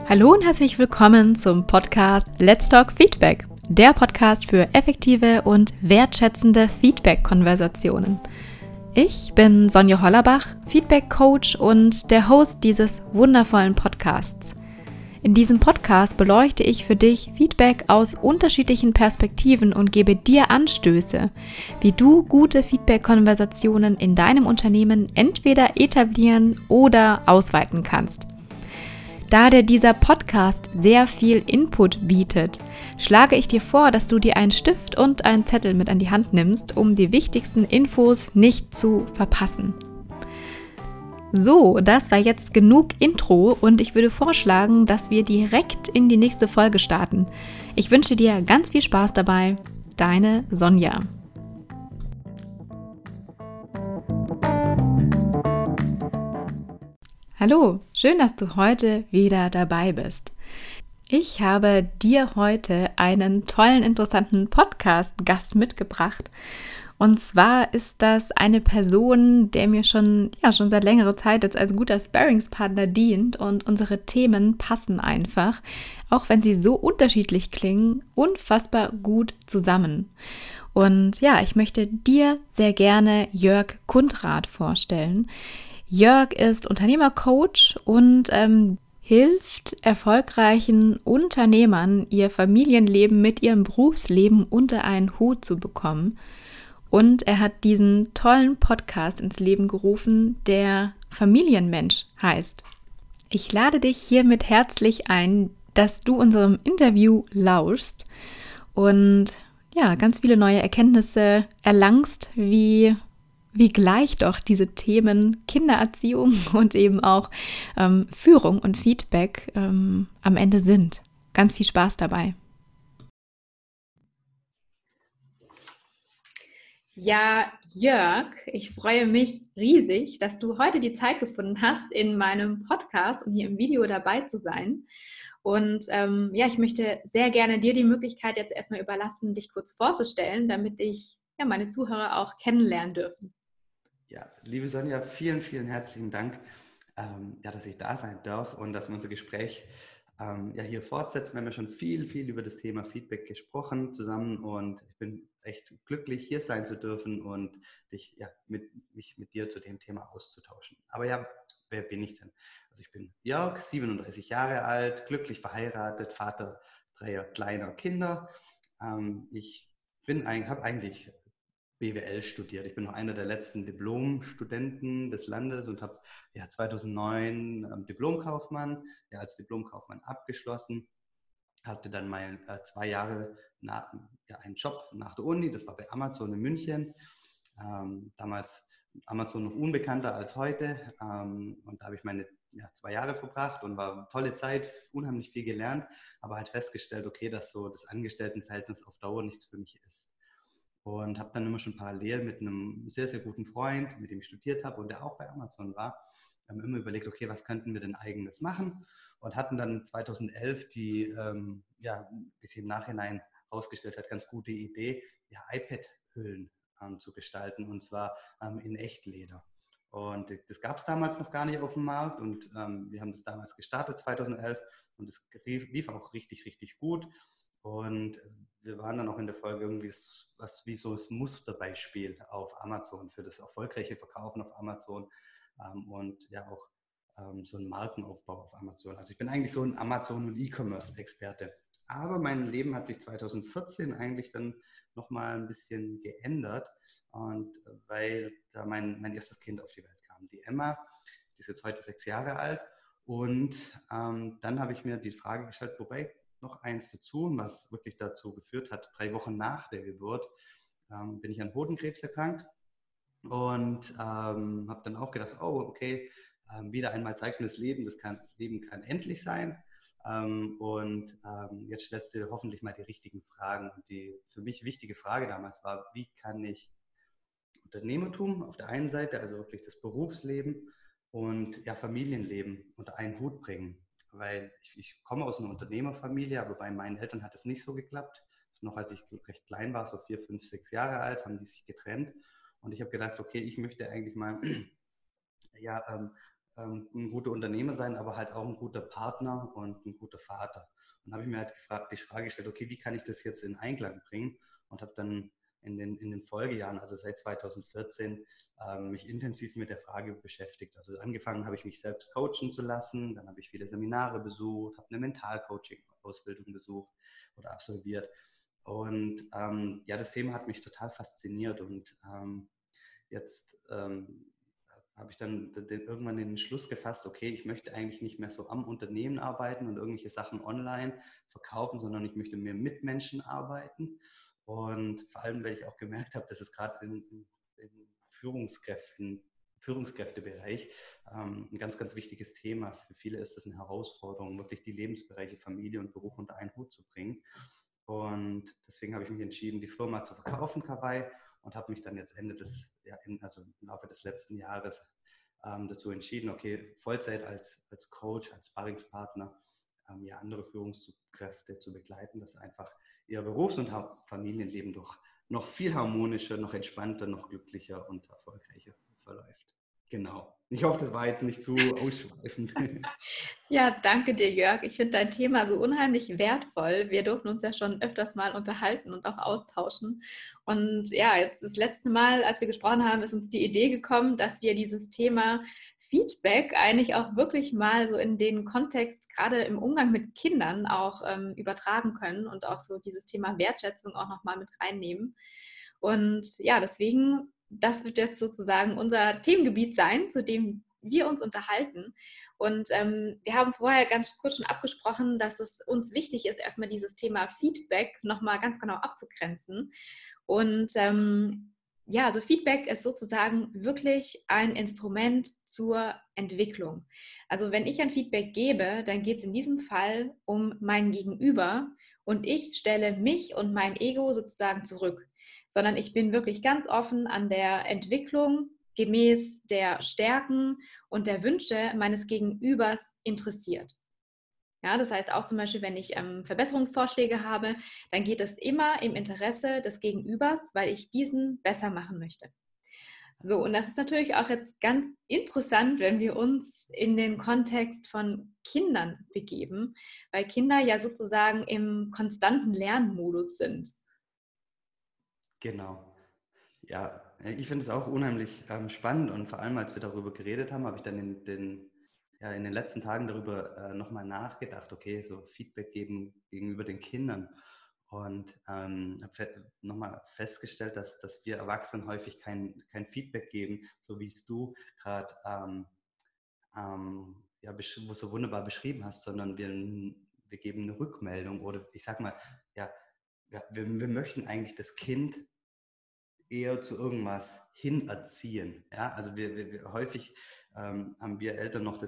Hallo und herzlich willkommen zum Podcast Let's Talk Feedback, der Podcast für effektive und wertschätzende Feedback-Konversationen. Ich bin Sonja Hollerbach, Feedback-Coach und der Host dieses wundervollen Podcasts. In diesem Podcast beleuchte ich für dich Feedback aus unterschiedlichen Perspektiven und gebe dir Anstöße, wie du gute Feedback-Konversationen in deinem Unternehmen entweder etablieren oder ausweiten kannst. Da dir dieser Podcast sehr viel Input bietet, schlage ich dir vor, dass du dir einen Stift und einen Zettel mit an die Hand nimmst, um die wichtigsten Infos nicht zu verpassen. So, das war jetzt genug Intro und ich würde vorschlagen, dass wir direkt in die nächste Folge starten. Ich wünsche dir ganz viel Spaß dabei. Deine Sonja. Hallo, schön, dass du heute wieder dabei bist. Ich habe dir heute einen tollen, interessanten Podcast-Gast mitgebracht. Und zwar ist das eine Person, der mir schon seit längerer Zeit jetzt als guter Sparringspartner dient, und unsere Themen passen einfach, auch wenn sie so unterschiedlich klingen, unfassbar gut zusammen. Und ja, ich möchte dir sehr gerne Jörg Kundrath vorstellen. Jörg ist Unternehmercoach und hilft erfolgreichen Unternehmern, ihr Familienleben mit ihrem Berufsleben unter einen Hut zu bekommen. Und er hat diesen tollen Podcast ins Leben gerufen, der Familienmensch heißt. Ich lade dich hiermit herzlich ein, dass du unserem Interview lauschst und ganz viele neue Erkenntnisse erlangst, wie gleich doch diese Themen Kindererziehung und eben auch Führung und Feedback am Ende sind. Ganz viel Spaß dabei. Ja, Jörg, ich freue mich riesig, dass du heute die Zeit gefunden hast, in meinem Podcast und hier im Video dabei zu sein. Und ich möchte sehr gerne dir die Möglichkeit jetzt erstmal überlassen, dich kurz vorzustellen, damit ich meine Zuhörer auch kennenlernen dürfen. Ja, liebe Sonja, vielen, vielen herzlichen Dank, dass ich da sein darf und dass wir unser Gespräch hier fortsetzen. Wir haben ja schon viel, viel über das Thema Feedback gesprochen zusammen und ich bin echt glücklich, hier sein zu dürfen und mich mit dir zu dem Thema auszutauschen. Aber ja, wer bin ich denn? Also ich bin Jörg, 37 Jahre alt, glücklich verheiratet, Vater dreier kleiner Kinder. Ich habe eigentlich BWL studiert. Ich bin noch einer der letzten Diplomstudenten des Landes und habe 2009 Diplomkaufmann, als Diplomkaufmann abgeschlossen. Hatte dann mal 2 Jahre einen Job nach der Uni, das war bei Amazon in München. Damals Amazon noch unbekannter als heute. Und da habe ich meine 2 Jahre verbracht und war eine tolle Zeit, unheimlich viel gelernt, aber halt festgestellt, okay, dass so das Angestelltenverhältnis auf Dauer nichts für mich ist. Und habe dann immer schon parallel mit einem sehr, sehr guten Freund, mit dem ich studiert habe und der auch bei Amazon war, immer überlegt, okay, was könnten wir denn eigenes machen? Und hatten dann 2011 die, bis im Nachhinein herausgestellt hat, ganz gute Idee, iPad-Hüllen zu gestalten, und zwar in Echtleder. Und das gab es damals noch gar nicht auf dem Markt und wir haben das damals gestartet, 2011, und es lief auch richtig, richtig gut. Und wir waren dann auch in der Folge irgendwie wie so das Musterbeispiel auf Amazon für das erfolgreiche Verkaufen auf Amazon und auch so ein Markenaufbau auf Amazon. Also ich bin eigentlich so ein Amazon- und E-Commerce-Experte. Aber mein Leben hat sich 2014 eigentlich dann nochmal ein bisschen geändert, und weil da mein erstes Kind auf die Welt kam, die Emma, die ist jetzt heute 6 Jahre alt. Und dann habe ich mir die Frage gestellt, wobei noch eins dazu, was wirklich dazu geführt hat: 3 Wochen nach der Geburt bin ich an Hodenkrebs erkrankt und habe dann auch gedacht, oh, okay, wieder einmal zeigt mir das Leben, das Leben kann endlich sein. Jetzt stellst du dir hoffentlich mal die richtigen Fragen. Und die für mich wichtige Frage damals war, wie kann ich Unternehmertum auf der einen Seite, also wirklich das Berufsleben und Familienleben unter einen Hut bringen. Weil ich komme aus einer Unternehmerfamilie, aber bei meinen Eltern hat es nicht so geklappt. Noch als ich recht klein war, so 4, 5, 6 Jahre alt, haben die sich getrennt. Und ich habe gedacht, okay, ich möchte eigentlich mal ein guter Unternehmer sein, aber halt auch ein guter Partner und ein guter Vater. Und habe ich mir halt die Frage gestellt, okay, wie kann ich das jetzt in Einklang bringen? Und habe dann in den Folgejahren, also seit 2014, mich intensiv mit der Frage beschäftigt. Also angefangen habe ich mich selbst coachen zu lassen, dann habe ich viele Seminare besucht, habe eine Mentalcoaching-Ausbildung besucht oder absolviert. Und ja, das Thema hat mich total fasziniert und jetzt habe ich dann irgendwann den Entschluss gefasst, okay, ich möchte eigentlich nicht mehr so am Unternehmen arbeiten und irgendwelche Sachen online verkaufen, sondern ich möchte mehr mit Menschen arbeiten. Und vor allem, weil ich auch gemerkt habe, dass es gerade im Führungskräftebereich ein ganz, ganz wichtiges Thema. Für viele ist es eine Herausforderung, wirklich die Lebensbereiche Familie und Beruf unter einen Hut zu bringen. Und deswegen habe ich mich entschieden, die Firma zu verkaufen, Kawai, und habe mich dann jetzt also im Laufe des letzten Jahres dazu entschieden, okay, Vollzeit als Coach, als Sparringspartner, ja, andere Führungskräfte zu begleiten, dass einfach ihr Berufs- und Familienleben doch noch viel harmonischer, noch entspannter, noch glücklicher und erfolgreicher verläuft. Genau. Ich hoffe, das war jetzt nicht zu ausschweifend. Ja, danke dir, Jörg. Ich finde dein Thema so unheimlich wertvoll. Wir durften uns ja schon öfters mal unterhalten und auch austauschen. Und ja, jetzt das letzte Mal, als wir gesprochen haben, ist uns die Idee gekommen, dass wir dieses Thema Feedback eigentlich auch wirklich mal so in den Kontext, gerade im Umgang mit Kindern, auch übertragen können und auch so dieses Thema Wertschätzung auch nochmal mit reinnehmen. Und ja, deswegen, das wird jetzt sozusagen unser Themengebiet sein, zu dem wir uns unterhalten. Und wir haben vorher ganz kurz schon abgesprochen, dass es uns wichtig ist, erstmal dieses Thema Feedback nochmal ganz genau abzugrenzen. Und ja, also Feedback ist sozusagen wirklich ein Instrument zur Entwicklung. Also wenn ich ein Feedback gebe, dann geht es in diesem Fall um mein Gegenüber und ich stelle mich und mein Ego sozusagen zurück, sondern ich bin wirklich ganz offen an der Entwicklung gemäß der Stärken und der Wünsche meines Gegenübers interessiert. Ja, das heißt auch zum Beispiel, wenn ich Verbesserungsvorschläge habe, dann geht es immer im Interesse des Gegenübers, weil ich diesen besser machen möchte. So, und das ist natürlich auch jetzt ganz interessant, wenn wir uns in den Kontext von Kindern begeben, weil Kinder ja sozusagen im konstanten Lernmodus sind. Genau. Ja, ich finde es auch unheimlich spannend und vor allem, als wir darüber geredet haben, habe ich dann in den letzten Tagen darüber nochmal nachgedacht, okay, so Feedback geben gegenüber den Kindern und habe nochmal festgestellt, dass wir Erwachsenen häufig kein Feedback geben, so wie es du gerade ja, so wunderbar beschrieben hast, sondern wir geben eine Rückmeldung oder ich sag mal, ja, wir möchten eigentlich das Kind eher zu irgendwas hinerziehen. Ja? Also wir häufig haben wir Eltern noch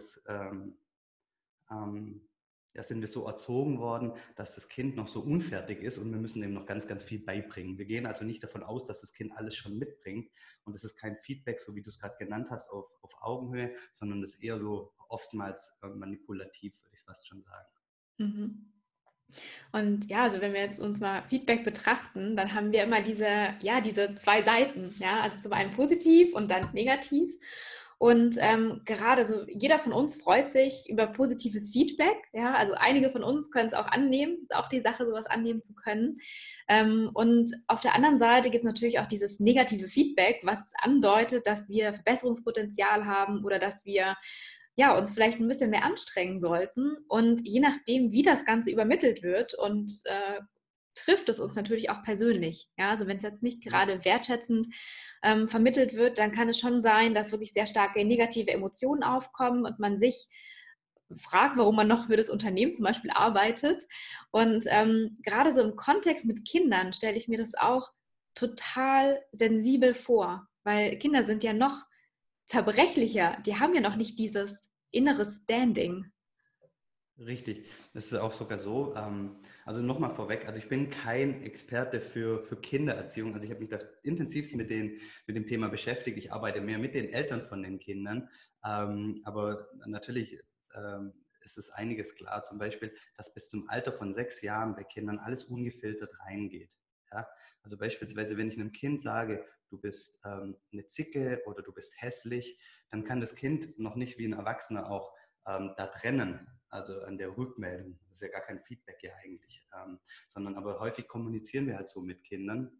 ja, sind wir so erzogen worden, dass das Kind noch so unfertig ist und wir müssen ihm noch ganz, ganz viel beibringen. Wir gehen also nicht davon aus, dass das Kind alles schon mitbringt und es ist kein Feedback, so wie du es gerade genannt hast, auf Augenhöhe, sondern es ist eher so oftmals manipulativ, würde ich fast schon sagen. Mhm. Und ja, also wenn wir jetzt uns mal Feedback betrachten, dann haben wir immer diese zwei Seiten, ja, also zum einen positiv und dann negativ. Und gerade so jeder von uns freut sich über positives Feedback. Ja, also einige von uns können es auch annehmen. Ist auch die Sache, sowas annehmen zu können. Und auf der anderen Seite gibt es natürlich auch dieses negative Feedback, was andeutet, dass wir Verbesserungspotenzial haben oder dass wir ja, uns vielleicht ein bisschen mehr anstrengen sollten. Und je nachdem, wie das Ganze übermittelt wird und trifft es uns natürlich auch persönlich. Ja, also wenn es jetzt nicht Mhm. gerade wertschätzend vermittelt wird, dann kann es schon sein, dass wirklich sehr starke negative Emotionen aufkommen und man sich fragt, warum man noch für das Unternehmen zum Beispiel arbeitet. Und gerade so im Kontext mit Kindern stelle ich mir das auch total sensibel vor, weil Kinder sind ja noch zerbrechlicher, die haben ja noch nicht dieses innere Standing. Richtig, das ist auch sogar so. Also nochmal vorweg, also ich bin kein Experte für Kindererziehung. Also ich habe mich da intensivst mit dem Thema beschäftigt. Ich arbeite mehr mit den Eltern von den Kindern. Aber natürlich ist es einiges klar. Zum Beispiel, dass bis zum Alter von 6 Jahren bei Kindern alles ungefiltert reingeht. Ja? Also beispielsweise, wenn ich einem Kind sage, du bist eine Zicke oder du bist hässlich, dann kann das Kind noch nicht wie ein Erwachsener auch da trennen, also an der Rückmeldung. Das ist ja gar kein Feedback ja eigentlich, sondern aber häufig kommunizieren wir halt so mit Kindern.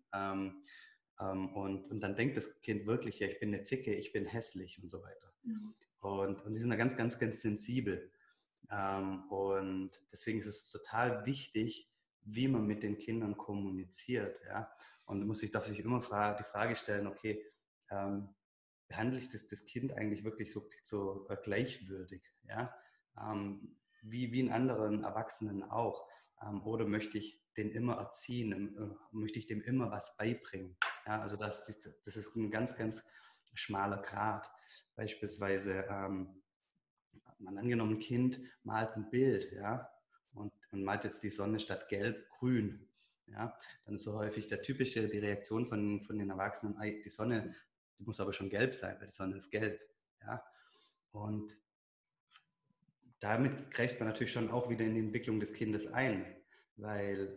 Und dann denkt das Kind wirklich, ja, ich bin eine Zicke, ich bin hässlich und so weiter. Mhm. Und die sind da ganz, ganz, ganz sensibel. Und deswegen ist es total wichtig, wie man mit den Kindern kommuniziert. Ja? Und darf sich immer die Frage stellen, okay, behandle ich das Kind eigentlich wirklich so gleichwürdig? Ja? Wie einen anderen Erwachsenen auch? Oder möchte ich den immer erziehen? Möchte ich dem immer was beibringen? Ja? Also das ist ein ganz, ganz schmaler Grat. Beispielsweise man angenommen, ein Kind malt ein Bild, ja, und malt jetzt die Sonne statt gelb grün, ja, dann ist so häufig die Reaktion von den Erwachsenen, die Sonne, die muss aber schon gelb sein, weil die Sonne ist gelb, ja, und damit greift man natürlich schon auch wieder in die Entwicklung des Kindes ein, weil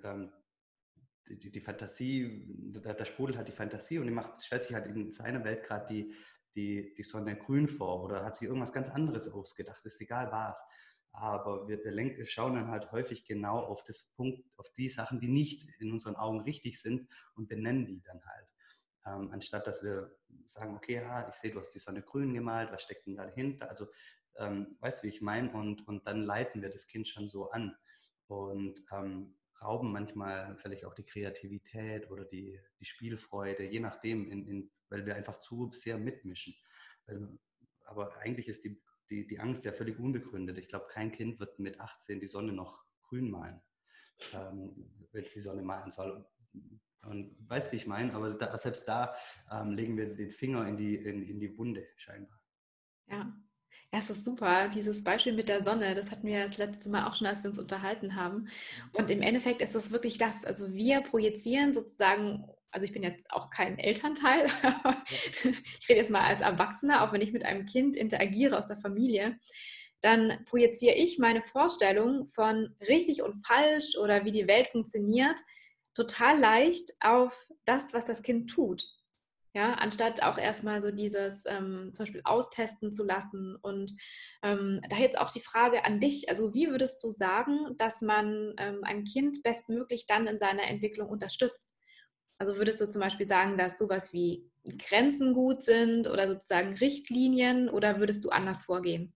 die Fantasie, da sprudelt halt die Fantasie und stellt sich halt in seiner Welt gerade die Sonne grün vor oder hat sich irgendwas ganz anderes ausgedacht, ist egal was. Aber wir schauen dann halt häufig genau auf auf die Sachen, die nicht in unseren Augen richtig sind und benennen die dann halt. Anstatt dass wir sagen, okay, ja, ich sehe, du hast die Sonne grün gemalt, was steckt denn da dahinter? Also, weißt du, wie ich meine? Und dann leiten wir das Kind schon so an. Und rauben manchmal vielleicht auch die Kreativität oder die Spielfreude, je nachdem, weil wir einfach zu sehr mitmischen. Aber eigentlich ist die Angst ja völlig unbegründet. Ich glaube, kein Kind wird mit 18 die Sonne noch grün malen, wenn es die Sonne malen soll. Und weißt, wie ich meine, aber selbst da legen wir den Finger in die Wunde scheinbar. Ja. Ja, es ist super. Dieses Beispiel mit der Sonne, das hatten wir das letzte Mal auch schon, als wir uns unterhalten haben. Und im Endeffekt ist das wirklich das. Also wir projizieren sozusagen, also ich bin jetzt auch kein Elternteil, aber ich rede jetzt mal als Erwachsener, auch wenn ich mit einem Kind interagiere aus der Familie, dann projiziere ich meine Vorstellung von richtig und falsch oder wie die Welt funktioniert total leicht auf das, was das Kind tut. Ja, anstatt auch erstmal so dieses zum Beispiel austesten zu lassen. Und da jetzt auch die Frage an dich, also wie würdest du sagen, dass man ein Kind bestmöglich dann in seiner Entwicklung unterstützt? Also würdest du zum Beispiel sagen, dass sowas wie Grenzen gut sind oder sozusagen Richtlinien oder würdest du anders vorgehen?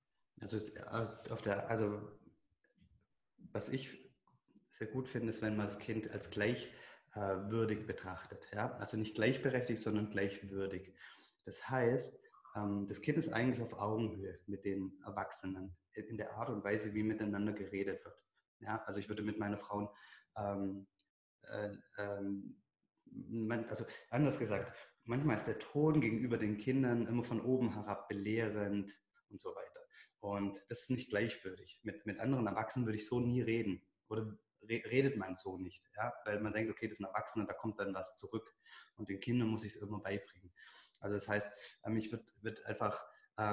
Also was ich sehr gut finde, ist, wenn man das Kind als gleichwürdig betrachtet. Ja? Also nicht gleichberechtigt, sondern gleichwürdig. Das heißt, das Kind ist eigentlich auf Augenhöhe mit den Erwachsenen in der Art und Weise, wie miteinander geredet wird. Ja? Also ich würde mit meiner Frau, äh, ähm, also anders gesagt, manchmal ist der Ton gegenüber den Kindern immer von oben herab belehrend und so weiter. Und das ist nicht gleichwürdig. Mit anderen Erwachsenen würde ich so nie reden. Oder redet man so nicht. Ja? Weil man denkt, okay, das ist ein Erwachsener, da kommt dann was zurück. Und den Kindern muss ich es immer beibringen. Also das heißt, ich würde einfach,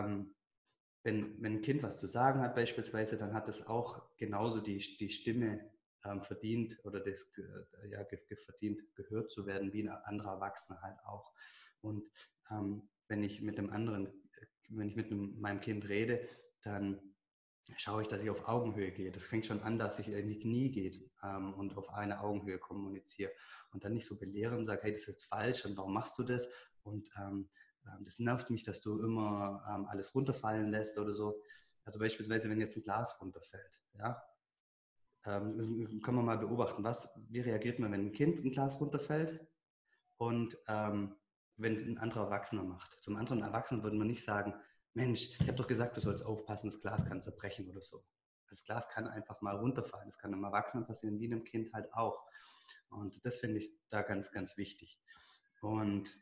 wenn ein Kind was zu sagen hat beispielsweise, dann hat es auch genauso die Stimme verdient oder verdient, gehört zu werden, wie ein anderer Erwachsener halt auch. Und wenn ich mit meinem Kind rede, dann schaue ich, dass ich auf Augenhöhe gehe. Das fängt schon an, dass ich in die Knie gehe und auf eine Augenhöhe kommuniziere und dann nicht so belehren und sage, hey, das ist jetzt falsch und warum machst du das? Und das nervt mich, dass du immer alles runterfallen lässt oder so. Also beispielsweise, wenn jetzt ein Glas runterfällt, ja, können wir mal beobachten, wie reagiert man, wenn ein Kind ein Glas runterfällt und wenn es ein anderer Erwachsener macht. Zum anderen Erwachsenen würde man nicht sagen, Mensch, ich habe doch gesagt, du sollst aufpassen, das Glas kann zerbrechen oder so. Das Glas kann einfach mal runterfallen. Das kann einem Erwachsenen passieren, wie einem Kind halt auch. Und das finde ich da ganz, ganz wichtig. Und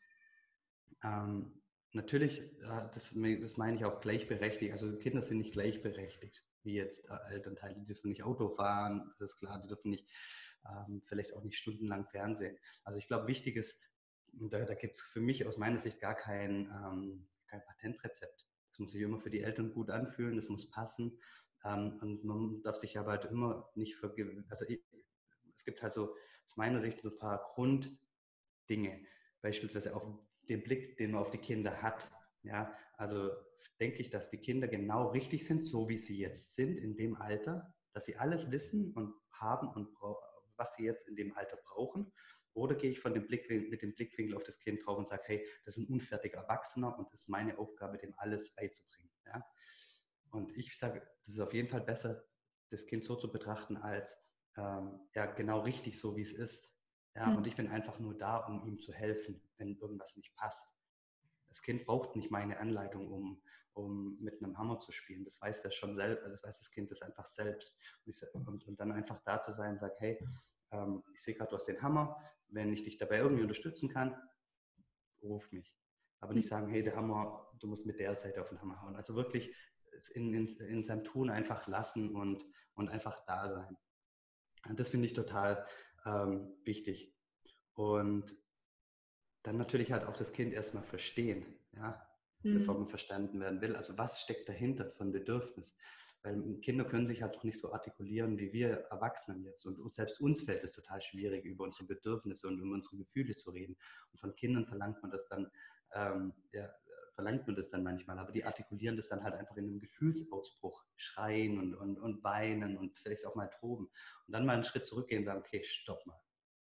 natürlich, das meine ich auch gleichberechtigt. Also Kinder sind nicht gleichberechtigt, wie jetzt Elternteile. Die dürfen nicht Auto fahren, das ist klar. Die dürfen nicht, vielleicht auch nicht stundenlang Fernsehen. Also ich glaube, wichtig ist, da gibt es für mich aus meiner Sicht gar kein Patentrezept. Das muss sich immer für die Eltern gut anfühlen, das muss passen. Und man darf sich aber halt immer nicht vergessen. Es gibt halt so aus meiner Sicht so ein paar Grunddinge. beispielsweise auf den Blick, den man auf die Kinder hat. Ja, also denke ich, dass die Kinder genau richtig sind, so wie sie jetzt sind in dem Alter, dass sie alles wissen und haben und was sie jetzt in dem Alter brauchen. Oder gehe ich mit dem Blickwinkel auf das Kind drauf und sage, hey, das ist ein unfertiger Erwachsener und es ist meine Aufgabe, dem alles beizubringen. Ja? Und ich sage, das ist auf jeden Fall besser, das Kind so zu betrachten als ja, genau richtig so, wie es ist. Ja? Und ich bin einfach nur da, um ihm zu helfen, wenn irgendwas nicht passt. Das Kind braucht nicht meine Anleitung, um mit einem Hammer zu spielen. Das weiß der schon selbst, das weiß das Kind das einfach selbst. Und dann einfach da zu sein und sagen, hey, ich sehe gerade, du hast den Hammer. Wenn ich dich dabei irgendwie unterstützen kann, ruf mich. Aber nicht sagen, hey, der Hammer, du musst mit der Seite auf den Hammer hauen. Also wirklich in seinem Tun einfach lassen und einfach da sein. Und das finde ich total wichtig. Und dann natürlich halt auch das Kind erstmal verstehen, ja, bevor man verstanden werden will. Also was steckt dahinter von Bedürfnis? Weil Kinder können sich halt auch nicht so artikulieren wie wir Erwachsenen jetzt. Und selbst uns fällt es total schwierig, über unsere Bedürfnisse und über unsere Gefühle zu reden. Und von Kindern verlangt man das dann, ja, verlangt man das dann manchmal. Aber die artikulieren das dann halt einfach in einem Gefühlsausbruch, schreien und weinen und vielleicht auch mal toben. Und dann mal einen Schritt zurückgehen und sagen, okay, stopp mal.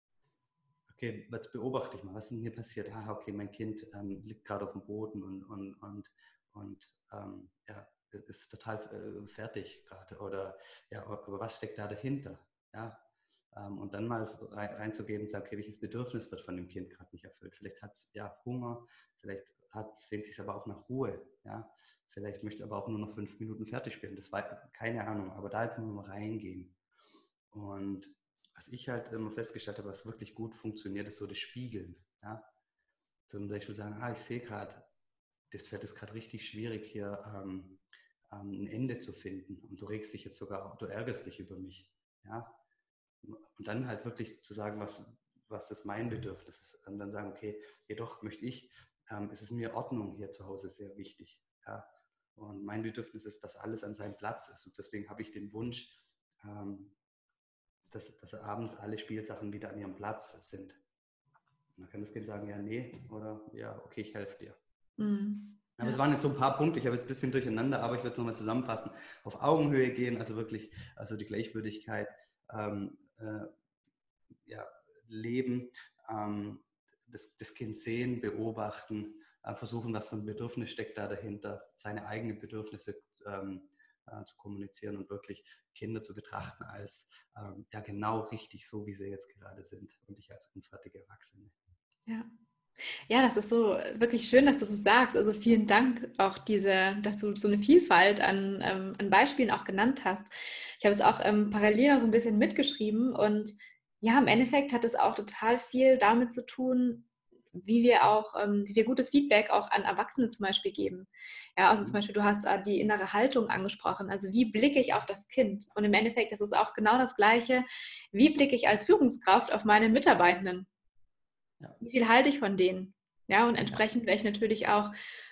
Okay, jetzt beobachte ich mal, was ist denn hier passiert? Ah, okay, mein Kind liegt gerade auf dem Boden und ja, ist total fertig gerade. Oder ja, aber was steckt da dahinter? Ja, und dann mal reinzugehen und sagen, okay, welches Bedürfnis wird von dem Kind gerade nicht erfüllt? Vielleicht hat es ja Hunger, vielleicht sehnt sich aber auch nach Ruhe. Ja, vielleicht möchte es aber auch nur noch 5 Minuten fertig spielen. Das war keine Ahnung, aber da können wir mal reingehen. Und was ich halt immer festgestellt habe, was wirklich gut funktioniert, ist so das Spiegeln. Ja? Zum Beispiel sagen, ich sehe gerade, das fällt es gerade richtig schwierig, hier ein Ende zu finden. Und du regst dich jetzt sogar, du ärgerst dich über mich. Ja? Und dann halt wirklich zu sagen, was ist mein Bedürfnis ist. Und dann sagen, okay, jedoch möchte ich, es ist mir Ordnung hier zu Hause sehr wichtig. Ja? Und mein Bedürfnis ist, dass alles an seinem Platz ist. Und deswegen habe ich den Wunsch, dass abends alle Spielsachen wieder an ihrem Platz sind. Und dann kann das Kind sagen, ja, nee, oder ja, okay, ich helfe dir. Aber es waren jetzt so ein paar Punkte, ich habe jetzt ein bisschen durcheinander, aber ich würde es nochmal zusammenfassen. Auf Augenhöhe gehen, also wirklich, also die Gleichwürdigkeit ja, leben, das Kind sehen, beobachten, versuchen, was für ein Bedürfnis steckt da dahinter, seine eigenen Bedürfnisse zu kommunizieren und wirklich Kinder zu betrachten als ja genau richtig so, wie sie jetzt gerade sind und nicht als unfertige Erwachsene. Ja. Ja, das ist so wirklich schön, dass du das sagst. Also vielen Dank auch dass du so eine Vielfalt an Beispielen auch genannt hast. Ich habe es auch parallel so ein bisschen mitgeschrieben und ja, im Endeffekt hat es auch total viel damit zu tun, wie wir gutes Feedback auch an Erwachsene zum Beispiel geben. Ja, also zum Beispiel, du hast die innere Haltung angesprochen. Also wie blicke ich auf das Kind? Und im Endeffekt ist es auch genau das Gleiche. Wie blicke ich als Führungskraft auf meine Mitarbeitenden? Ja. Wie viel halte ich von denen? Ja, und entsprechend werde ich natürlich auch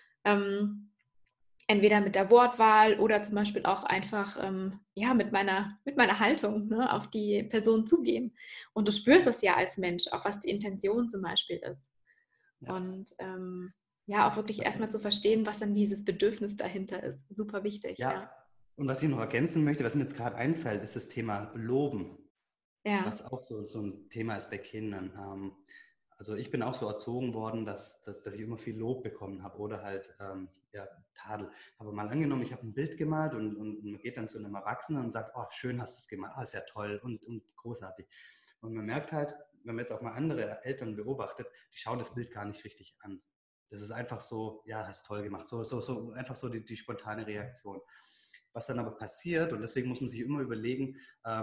entweder mit der Wortwahl oder zum Beispiel auch einfach ja, mit meiner Haltung, ne, auf die Person zugehen. Und du spürst das ja als Mensch, auch was die Intention zum Beispiel ist. Ja. Und ja, auch wirklich erstmal zu verstehen, was dann dieses Bedürfnis dahinter ist. Super wichtig. Ja. Und was ich noch ergänzen möchte, was mir jetzt gerade einfällt, ist das Thema Loben, Ja. was auch so ein Thema ist bei Kindern. Also ich bin auch so erzogen worden, dass ich immer viel Lob bekommen habe oder halt ja, Tadel. Aber mal angenommen, ich habe ein Bild gemalt und man geht dann zu einem Erwachsenen und sagt, oh, schön hast du es gemalt, ist ja toll und großartig. Und man merkt halt, wenn man jetzt auch mal andere Eltern beobachtet, die schauen das Bild gar nicht richtig an. Das ist einfach so, ja, hast toll gemacht, so einfach so die spontane Reaktion. Was dann aber passiert, und deswegen muss man sich immer überlegen,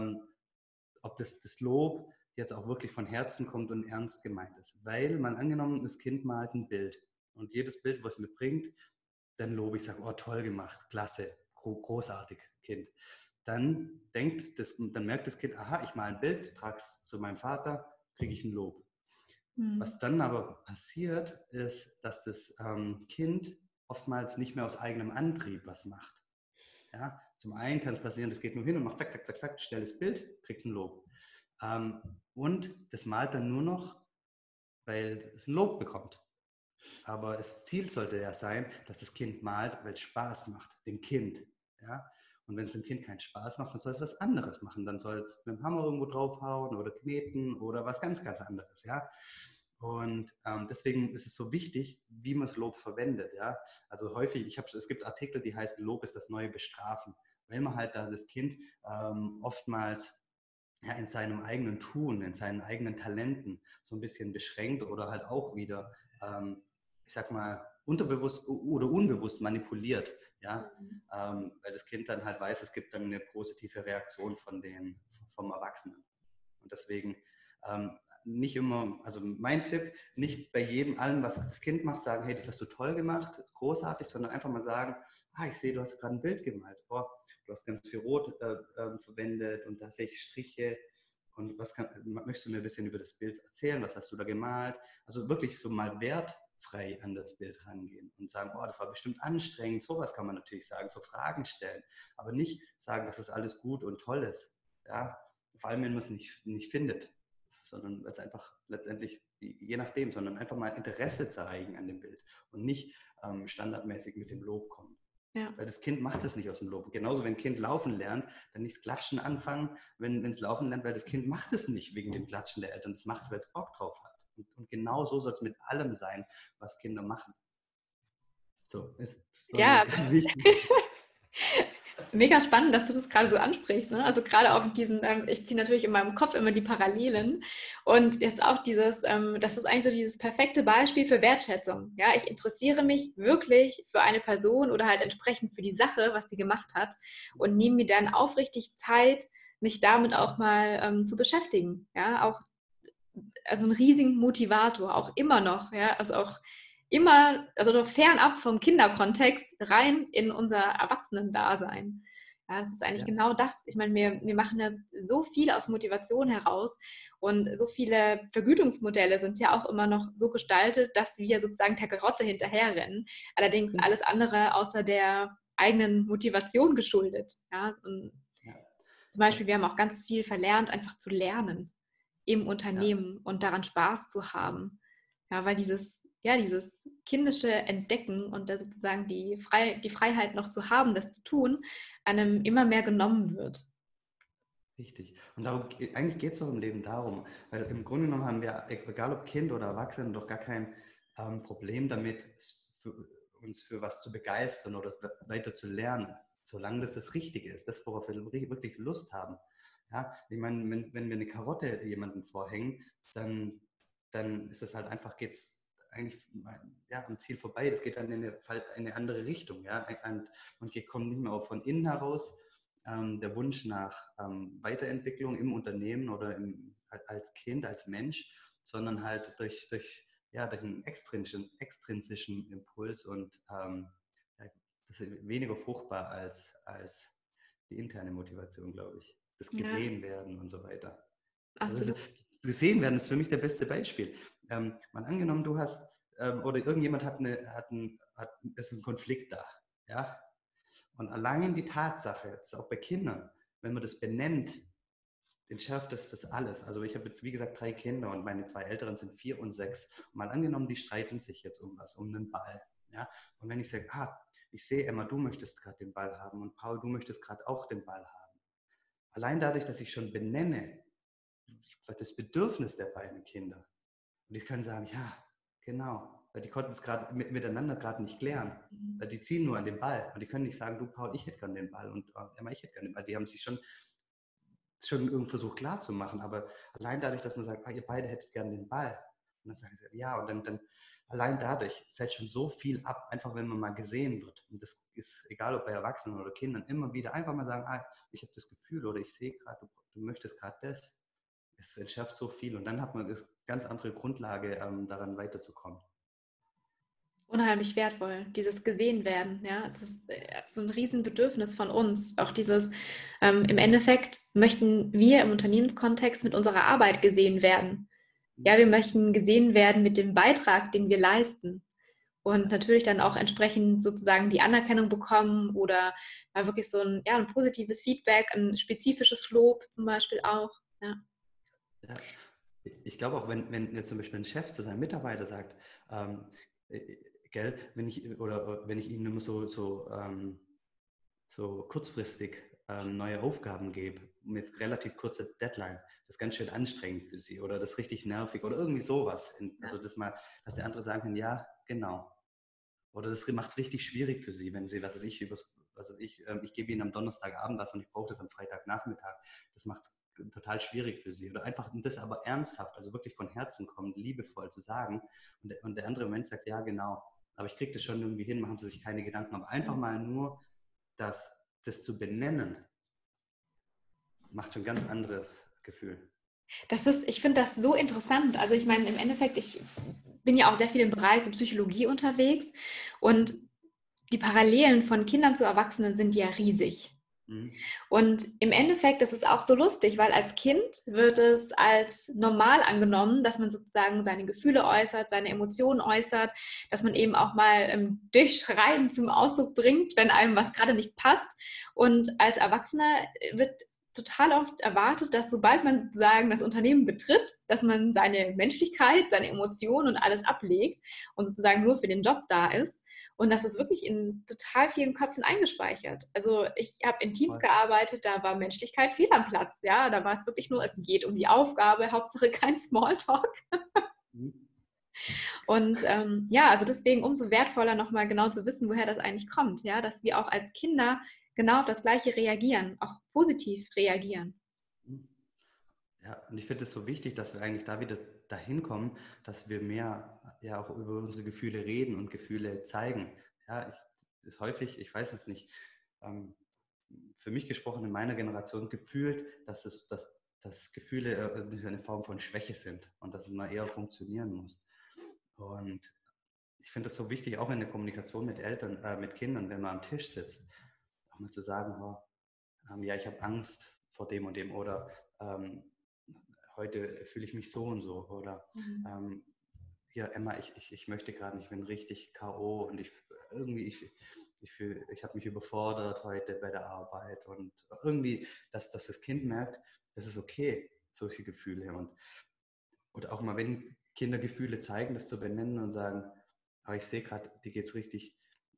ob das Lob jetzt auch wirklich von Herzen kommt und ernst gemeint ist. Weil man angenommen, das Kind malt ein Bild und jedes Bild, was es mitbringt, dann lobe ich, sage, oh, toll gemacht, klasse, großartig, Kind. Dann merkt das Kind, aha, ich male ein Bild, trage es zu meinem Vater, kriege ich ein Lob. Was dann aber passiert, ist, dass das Kind oftmals nicht mehr aus eigenem Antrieb was macht. Ja? Zum einen kann es passieren, das geht nur hin und macht zack, zack, zack, zack, schnelles Bild, kriegt ein Lob. Und das malt dann nur noch, weil es ein Lob bekommt. Aber das Ziel sollte ja sein, dass das Kind malt, weil es Spaß macht, dem Kind. Ja? Und wenn es dem Kind keinen Spaß macht, dann soll es was anderes machen. Dann soll es mit dem Hammer irgendwo draufhauen oder kneten oder was ganz, ganz anderes. Ja? Und deswegen ist es so wichtig, wie man das Lob verwendet. Ja? Also häufig, es gibt Artikel, die heißen, Lob ist das neue Bestrafen. Weil man halt da das Kind oftmals ja, in seinem eigenen Tun, in seinen eigenen Talenten so ein bisschen beschränkt oder halt auch wieder, ich sag mal, unterbewusst oder unbewusst manipuliert. Ja? Weil das Kind dann halt weiß, es gibt dann eine positive Reaktion vom Erwachsenen. Und deswegen nicht immer, also mein Tipp, nicht bei jedem, allem, was das Kind macht, sagen, hey, das hast du toll gemacht, das ist großartig, sondern einfach mal sagen, ich sehe, du hast gerade ein Bild gemalt. Boah, du hast ganz viel Rot verwendet und da sehe ich Striche. Und möchtest du mir ein bisschen über das Bild erzählen? Was hast du da gemalt? Also wirklich so mal wertfrei an das Bild rangehen und sagen, boah, das war bestimmt anstrengend. Sowas kann man natürlich sagen, so Fragen stellen. Aber nicht sagen, dass es alles gut und toll ist. Ja? Vor allem, wenn man es nicht findet, sondern weil es einfach letztendlich, je nachdem, sondern einfach mal Interesse zeigen an dem Bild und nicht standardmäßig mit dem Lob kommen. Ja. Weil das Kind macht das nicht aus dem Lob. Genauso, wenn ein Kind laufen lernt, dann nicht das Klatschen anfangen, wenn es laufen lernt, weil das Kind macht es nicht wegen dem Klatschen der Eltern, das macht es, weil es Bock drauf hat. Und genau so soll es mit allem sein, was Kinder machen. So, ist ja, ganz wichtig. Mega spannend, dass du das gerade so ansprichst. Ne? Also gerade auch diesen, ich ziehe natürlich in meinem Kopf immer die Parallelen und jetzt auch das ist eigentlich so dieses perfekte Beispiel für Wertschätzung. Ja, ich interessiere mich wirklich für eine Person oder halt entsprechend für die Sache, was sie gemacht hat und nehme mir dann aufrichtig Zeit, mich damit auch mal zu beschäftigen. Ja, auch also ein riesigen Motivator, auch immer noch. Ja, also auch immer, also noch fernab vom Kinderkontext rein in unser Erwachsenen-Dasein. Ja, das ist eigentlich genau das. Ich meine, wir machen ja so viel aus Motivation heraus und so viele Vergütungsmodelle sind ja auch immer noch so gestaltet, dass wir sozusagen der Karotte hinterherrennen. Allerdings alles andere außer der eigenen Motivation geschuldet. Ja? Und zum Beispiel, wir haben auch ganz viel verlernt, einfach zu lernen im Unternehmen und daran Spaß zu haben. Ja, weil dieses kindische Entdecken und da sozusagen die Freiheit noch zu haben, das zu tun, einem immer mehr genommen wird. Richtig. Und eigentlich geht es doch im Leben darum, weil im Grunde genommen haben wir, egal ob Kind oder Erwachsene, doch gar kein Problem damit, uns für was zu begeistern oder weiter zu lernen, solange das Richtige ist, das, worauf wir wirklich Lust haben. Ja, ich meine, wenn wir eine Karotte jemandem vorhängen, dann ist es halt einfach, geht es eigentlich am Ziel vorbei. Das geht dann in eine andere Richtung. Ja? Man kommt nicht mehr von innen heraus, der Wunsch nach Weiterentwicklung im Unternehmen oder als Kind, als Mensch, sondern halt durch einen extrinsischen Impuls und das ist weniger fruchtbar als die interne Motivation, glaube ich. Das gesehen werden und so weiter. Also gesehen werden ist für mich der beste Beispiel. Mal angenommen, du hast oder irgendjemand ist ein Konflikt da, ja? Und allein die Tatsache, das ist auch bei Kindern, wenn man das benennt, entschärft das alles. Also ich habe jetzt, wie gesagt, 3 Kinder und meine 2 Älteren sind 4 und 6. Und mal angenommen, die streiten sich jetzt um einen Ball. Ja? Und wenn ich sage, ich sehe, Emma, du möchtest gerade den Ball haben und Paul, du möchtest gerade auch den Ball haben. Allein dadurch, dass ich schon benenne, das Bedürfnis der beiden Kinder. Und ich kann sagen, ja, genau, weil die konnten es gerade miteinander gerade nicht klären. Weil die ziehen nur an den Ball und die können nicht sagen, du Paul, ich hätte gerne den Ball und Emma, ich hätte gerne den Ball. Die haben sich schon irgendwie versucht klar zu machen, aber allein dadurch, dass man sagt, ihr beide hättet gerne den Ball. Und dann sagen sie, ja, und dann allein dadurch fällt schon so viel ab, einfach wenn man mal gesehen wird. Und das ist egal, ob bei Erwachsenen oder Kindern, immer wieder einfach mal sagen, ich habe das Gefühl oder ich sehe gerade, du möchtest gerade das. Es entschärft so viel und dann hat man eine ganz andere Grundlage, daran weiterzukommen. Unheimlich wertvoll, dieses gesehen werden. Ja, es ist so ein Riesenbedürfnis von uns. Auch dieses, im Endeffekt möchten wir im Unternehmenskontext mit unserer Arbeit gesehen werden. Ja, wir möchten gesehen werden mit dem Beitrag, den wir leisten. Und natürlich dann auch entsprechend sozusagen die Anerkennung bekommen oder mal wirklich so ein positives Feedback, ein spezifisches Lob zum Beispiel auch. Ja. Ich glaube auch, wenn jetzt zum Beispiel ein Chef zu seinem Mitarbeiter sagt, ähm, gell, wenn ich ihnen immer so kurzfristig neue Aufgaben gebe mit relativ kurzer Deadline, das ist ganz schön anstrengend für sie oder das ist richtig nervig oder irgendwie sowas. Also dass der andere sagen kann, ja, genau. Oder das macht es richtig schwierig für sie, wenn sie, ich gebe ihnen am Donnerstagabend was und ich brauche das am Freitagnachmittag. Das macht es total schwierig für sie. Oder einfach das aber ernsthaft, also wirklich von Herzen kommt, liebevoll zu sagen. Und der andere Mensch sagt, ja, genau. Aber ich kriege das schon irgendwie hin, machen Sie sich keine Gedanken. Aber einfach mal nur das zu benennen, macht schon ein ganz anderes Gefühl. Ich finde das so interessant. Also ich meine, im Endeffekt, ich bin ja auch sehr viel im Bereich so Psychologie unterwegs und die Parallelen von Kindern zu Erwachsenen sind ja riesig. Mhm. Und im Endeffekt ist es auch so lustig, weil als Kind wird es als normal angenommen, dass man sozusagen seine Gefühle äußert, seine Emotionen äußert, dass man eben auch mal durch Schreien zum Ausdruck bringt, wenn einem was gerade nicht passt. Und als Erwachsener wird total oft erwartet, dass sobald man sozusagen das Unternehmen betritt, dass man seine Menschlichkeit, seine Emotionen und alles ablegt und sozusagen nur für den Job da ist. Und das ist wirklich in total vielen Köpfen eingespeichert. Also ich habe in Teams Voll. gearbeitet, da war Menschlichkeit fehl am Platz. Ja, da war es wirklich nur, es geht um die Aufgabe, Hauptsache kein Smalltalk. Mhm. Und ja, also deswegen umso wertvoller nochmal genau zu wissen, woher das eigentlich kommt. Ja, dass wir auch als Kinder genau auf das Gleiche reagieren, auch positiv reagieren. Mhm. Ja, und ich finde es so wichtig, dass wir eigentlich da wieder dahin kommen, dass wir mehr ja auch über unsere Gefühle reden und Gefühle zeigen. Ja, das ist häufig, ich weiß es nicht, ähm, für mich gesprochen in meiner Generation gefühlt, dass Gefühle eine Form von Schwäche sind und dass man eher funktionieren muss. Und ich finde es so wichtig, auch in der Kommunikation mit mit Kindern, wenn man am Tisch sitzt, auch mal zu sagen, oh, ja, ich habe Angst vor dem und dem oder ähm, heute fühle ich mich so und so oder Mhm. ähm, ja, Emma, ich möchte gerade nicht, ich bin richtig K.O. und ich habe mich überfordert heute bei der Arbeit und irgendwie, dass das Kind merkt, das ist okay, solche Gefühle und auch mal, wenn Kinder Gefühle zeigen, das zu benennen und sagen, aber ich sehe gerade, dir geht es richtig,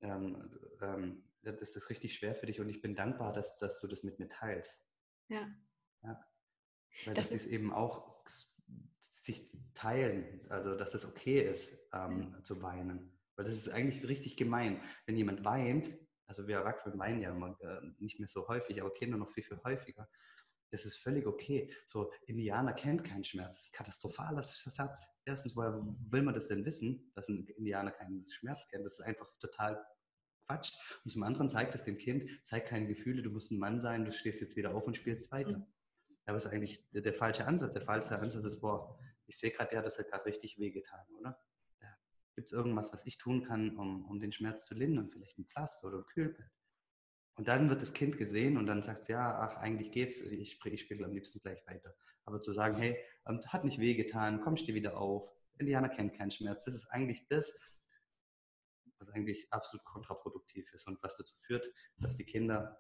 das ist richtig schwer für dich und ich bin dankbar, dass du das mit mir teilst. Ja, Ja, weil das dass die ist es eben auch sich teilen, also dass es okay ist, zu weinen. Weil das ist eigentlich richtig gemein. Wenn jemand weint, also wir Erwachsenen weinen ja immer, nicht mehr so häufig, aber Kinder noch viel, viel häufiger. Das ist völlig okay. So, Indianer kennt keinen Schmerz. Das ist ein katastrophaler Satz. Erstens, woher will man das denn wissen, dass ein Indianer keinen Schmerz kennt? Das ist einfach total Quatsch. Und zum anderen zeigt es dem Kind, zeig keine Gefühle, du musst ein Mann sein, du stehst jetzt wieder auf und spielst weiter. Aber das ist eigentlich der falsche Ansatz. Der falsche Ansatz ist, boah, ich sehe gerade, der hat das halt gerade richtig wehgetan, oder? Ja. Gibt es irgendwas, was ich tun kann, um den Schmerz zu lindern? Vielleicht ein Pflaster oder ein Kühlbett? Und dann wird das Kind gesehen und dann sagt es, ja, ach, eigentlich geht's, ich spiele am liebsten gleich weiter. Aber zu sagen, hey, hat nicht wehgetan, komm, steh wieder auf. Indianer kennt keinen Schmerz. Das ist eigentlich das, was eigentlich absolut kontraproduktiv ist und was dazu führt, dass die Kinder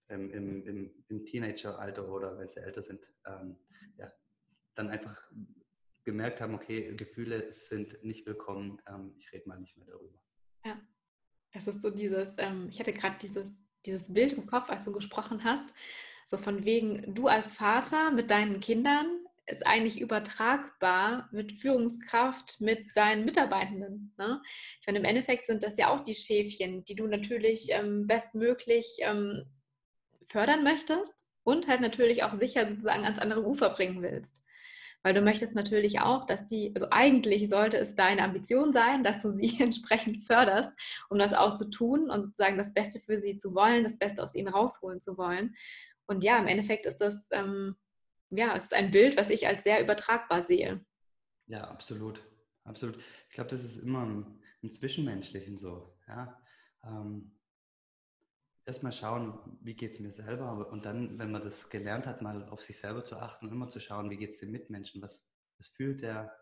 im Teenageralter oder wenn sie älter sind, ja, dann einfach gemerkt haben, okay, Gefühle sind nicht willkommen, ich rede mal nicht mehr darüber. ja. Es ist so ich hatte gerade dieses Bild im Kopf, als du gesprochen hast, so von wegen, du als Vater mit deinen Kindern ist eigentlich übertragbar mit Führungskraft, mit seinen Mitarbeitenden. Ne? Ich meine, im Endeffekt sind das ja auch die Schäfchen, die du natürlich bestmöglich fördern möchtest und halt natürlich auch sicher sozusagen ans andere Ufer bringen willst. Weil du möchtest natürlich auch, dass also eigentlich sollte es deine Ambition sein, dass du sie entsprechend förderst, um das auch zu tun und sozusagen das Beste für sie zu wollen, das Beste aus ihnen rausholen zu wollen. Und ja, im Endeffekt ist ja, es ist ein Bild, was ich als sehr übertragbar sehe. Ja, absolut. Absolut. Ich glaube, das ist immer im Zwischenmenschlichen so. Ja? Ähm, Erstmal schauen, wie geht es mir selber und dann, wenn man das gelernt hat, mal auf sich selber zu achten und immer zu schauen, wie geht es dem Mitmenschen, was fühlt der,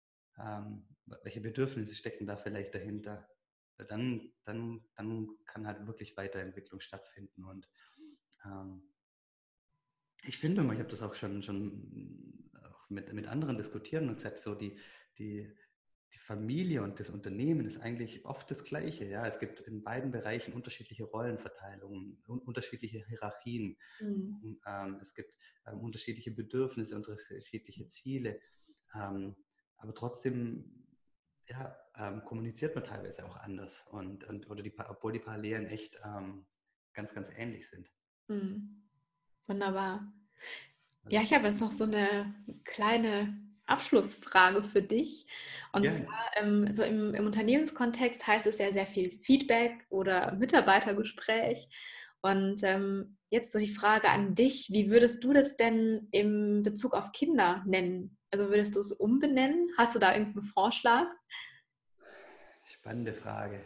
welche Bedürfnisse stecken da vielleicht dahinter. Dann kann halt wirklich Weiterentwicklung stattfinden und ähm, ich finde immer, ich habe das auch schon mit anderen diskutieren und gesagt, so die Familie und das Unternehmen ist eigentlich oft das Gleiche. Ja? Es gibt in beiden Bereichen unterschiedliche Rollenverteilungen, unterschiedliche Hierarchien. Mhm. Es gibt unterschiedliche Bedürfnisse, unterschiedliche Ziele. Aber trotzdem ja, kommuniziert man teilweise auch anders oder obwohl die Parallelen echt ganz, ganz ähnlich sind. Mhm. Wunderbar. Also, Ja, ich habe jetzt noch so eine kleine Abschlussfrage für dich. Und gerne. zwar, so im Unternehmenskontext heißt es ja sehr viel Feedback oder Mitarbeitergespräch. Und jetzt so die Frage an dich, wie würdest du das denn im Bezug auf Kinder nennen? Also würdest du es umbenennen? Hast du da irgendeinen Vorschlag? Spannende Frage.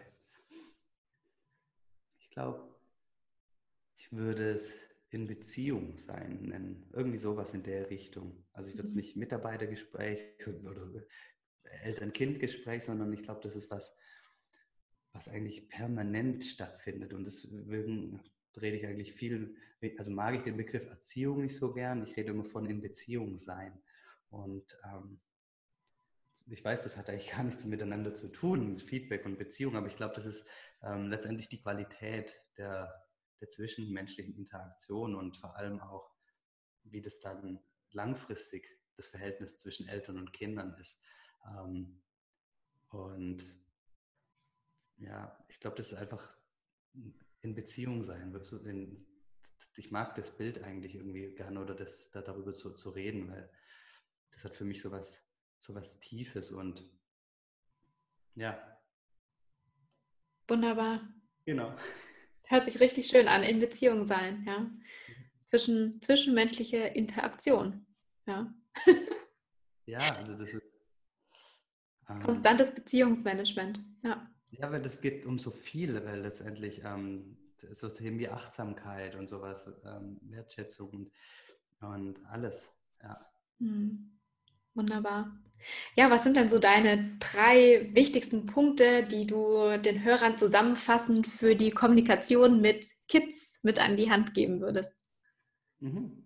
Ich glaube, ich würde es in Beziehung sein nennen. Irgendwie sowas in der Richtung. Also ich würde es Mhm. nicht Mitarbeitergespräch oder Eltern-Kind-Gespräch, sondern ich glaube, das ist was eigentlich permanent stattfindet. Und deswegen rede ich eigentlich viel, also mag ich den Begriff Erziehung nicht so gern. Ich rede immer von in Beziehung sein. Und ich weiß, das hat eigentlich gar nichts miteinander zu tun, mit Feedback und Beziehung, aber ich glaube, das ist letztendlich die Qualität der zwischenmenschlichen Interaktion und vor allem auch, wie das dann langfristig das Verhältnis zwischen Eltern und Kindern ist. Ähm, und ja, ich glaube, das ist einfach in Beziehung sein. Ich mag das Bild eigentlich irgendwie gerne oder darüber zu reden, weil das hat für mich so was Tiefes und ja, Wunderbar. genau. Hört sich richtig schön an, in Beziehung sein, ja. Zwischenmenschliche Interaktion, ja. Ja, also das ist, ähm, Konstantes Beziehungsmanagement, ja. ja, weil das geht um so viel, weil letztendlich so Themen wie Achtsamkeit und sowas, Wertschätzung und alles. Ja. Hm, wunderbar. Ja, was sind denn so deine 3 wichtigsten Punkte, die du den Hörern zusammenfassend für die Kommunikation mit Kids mit an die Hand geben würdest? Mhm.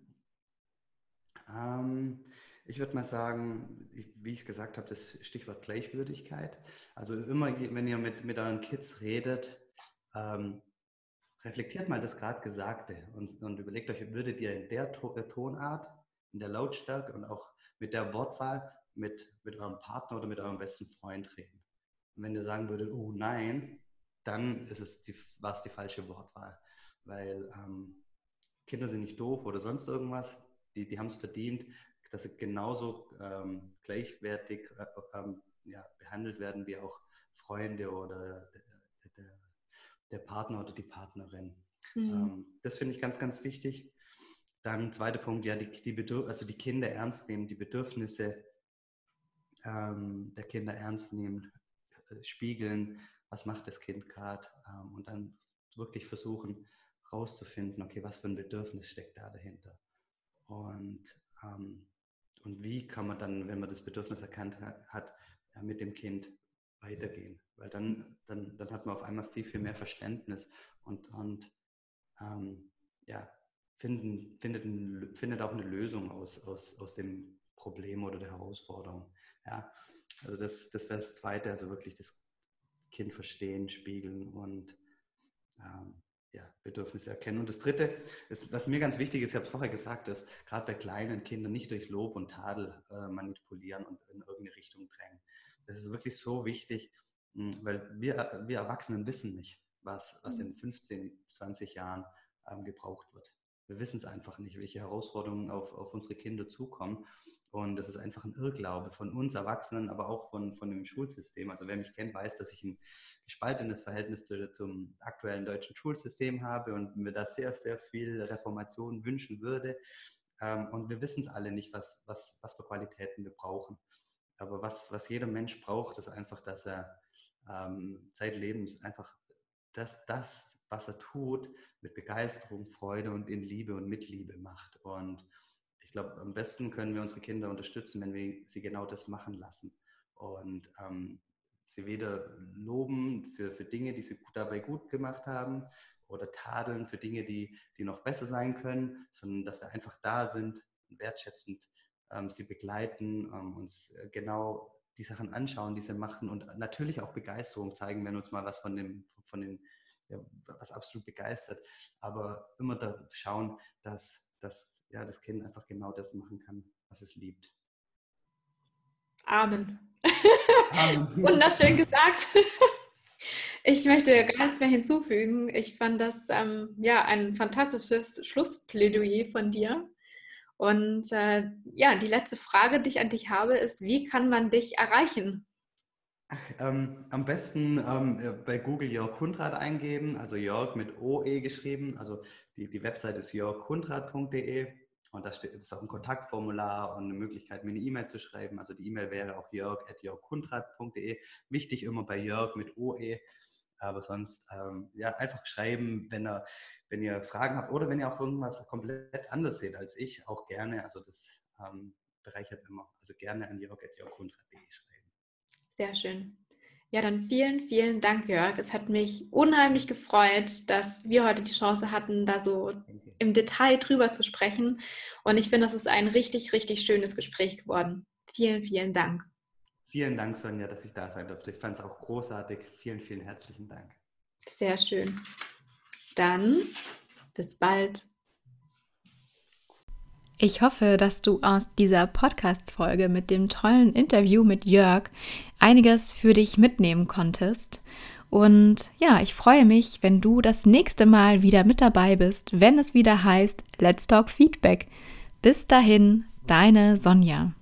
Ähm, Ich würde mal sagen, wie ich es gesagt habe, das Stichwort Gleichwürdigkeit. Also immer, wenn ihr mit euren Kids redet, ähm, reflektiert mal das gerade Gesagte und überlegt euch, würdet ihr in der Tonart, in der Lautstärke und auch mit der Wortwahl mit eurem Partner oder mit eurem besten Freund reden? Und wenn ihr sagen würdet, oh nein, dann war es die falsche Wortwahl. Weil Kinder sind nicht doof oder sonst irgendwas. Die haben es verdient, dass sie genauso gleichwertig ja, behandelt werden wie auch Freunde oder der Partner oder die Partnerin. Hm. Das finde ich ganz, ganz wichtig. Dann zweiter Punkt, ja, also die Kinder ernst nehmen, die Bedürfnisse der Kinder ernst nehmen, spiegeln, was macht das Kind gerade und dann wirklich versuchen rauszufinden, okay, was für ein Bedürfnis steckt da dahinter und, ähm, und wie kann man dann, wenn man das Bedürfnis erkannt hat ja, mit dem Kind weitergehen, weil dann hat man auf einmal viel, viel mehr Verständnis und ja, findet auch eine Lösung aus dem Problem oder der Herausforderung. Ja, also das wäre das Zweite, also wirklich das Kind verstehen, spiegeln und ja, Bedürfnisse erkennen. Und das Dritte, ist, was mir ganz wichtig ist, ich habe es vorher gesagt, ist gerade bei kleinen Kindern nicht durch Lob und Tadel manipulieren und in irgendeine Richtung drängen. Das ist wirklich so wichtig, weil wir Erwachsenen wissen nicht, was in 15, 20 Jahren gebraucht wird. Wir wissen es einfach nicht, welche Herausforderungen auf unsere Kinder zukommen. Und das ist einfach ein Irrglaube von uns Erwachsenen, aber auch von dem Schulsystem. Also wer mich kennt, weiß, dass ich ein gespaltenes Verhältnis zum aktuellen deutschen Schulsystem habe und mir da sehr, sehr viel Reformation wünschen würde. Und wir wissen es alle nicht, was für Qualitäten wir brauchen. Aber was jeder Mensch braucht, ist einfach, dass er zeitlebens einfach was er tut, mit Begeisterung, Freude und in Liebe und Mitliebe macht. Und ich glaube, am besten können wir unsere Kinder unterstützen, wenn wir sie genau das machen lassen. Und sie weder loben für Dinge, die sie dabei gut gemacht haben, oder tadeln für Dinge, die noch besser sein können, sondern dass wir einfach da sind und wertschätzend sie begleiten, uns genau die Sachen anschauen, die sie machen und natürlich auch Begeisterung zeigen, wenn uns mal was ja, was absolut begeistert. Aber immer da schauen, dass ja, das Kind einfach genau das machen kann, was es liebt. Amen. Amen. Wunderschön gesagt. Ich möchte gar nichts mehr hinzufügen. Ich fand das ja ein fantastisches Schlussplädoyer von dir. Und ja, die letzte Frage, die ich an dich habe, ist, wie kann man dich erreichen? Am besten bei Google Jörg Kundrath eingeben, also Jörg mit OE geschrieben. Also die Website ist jörgkundrath.de und da ist auch ein Kontaktformular und eine Möglichkeit, mir eine E-Mail zu schreiben. Also die E-Mail wäre auch jörg@jörgkundrath.de. Wichtig immer bei Jörg mit OE, aber sonst ja, einfach schreiben, wenn ihr Fragen habt oder wenn ihr auch irgendwas komplett anders seht als ich, auch gerne. Also das bereichert immer. Also gerne an jörg@jörgkundrath.de schreiben. Sehr schön. Ja, dann vielen, vielen Dank, Jörg. Es hat mich unheimlich gefreut, dass wir heute die Chance hatten, da so Danke. im Detail drüber zu sprechen. Und ich finde, das ist ein richtig, richtig schönes Gespräch geworden. Vielen, vielen Dank. Vielen Dank, Sonja, dass ich da sein durfte. Ich fand es auch großartig. Vielen, vielen herzlichen Dank. Sehr schön. Dann bis bald. Ich hoffe, dass du aus dieser Podcast-Folge mit dem tollen Interview mit Jörg einiges für dich mitnehmen konntest. Und ja, ich freue mich, wenn du das nächste Mal wieder mit dabei bist, wenn es wieder heißt Let's Talk Feedback. Bis dahin, deine Sonja.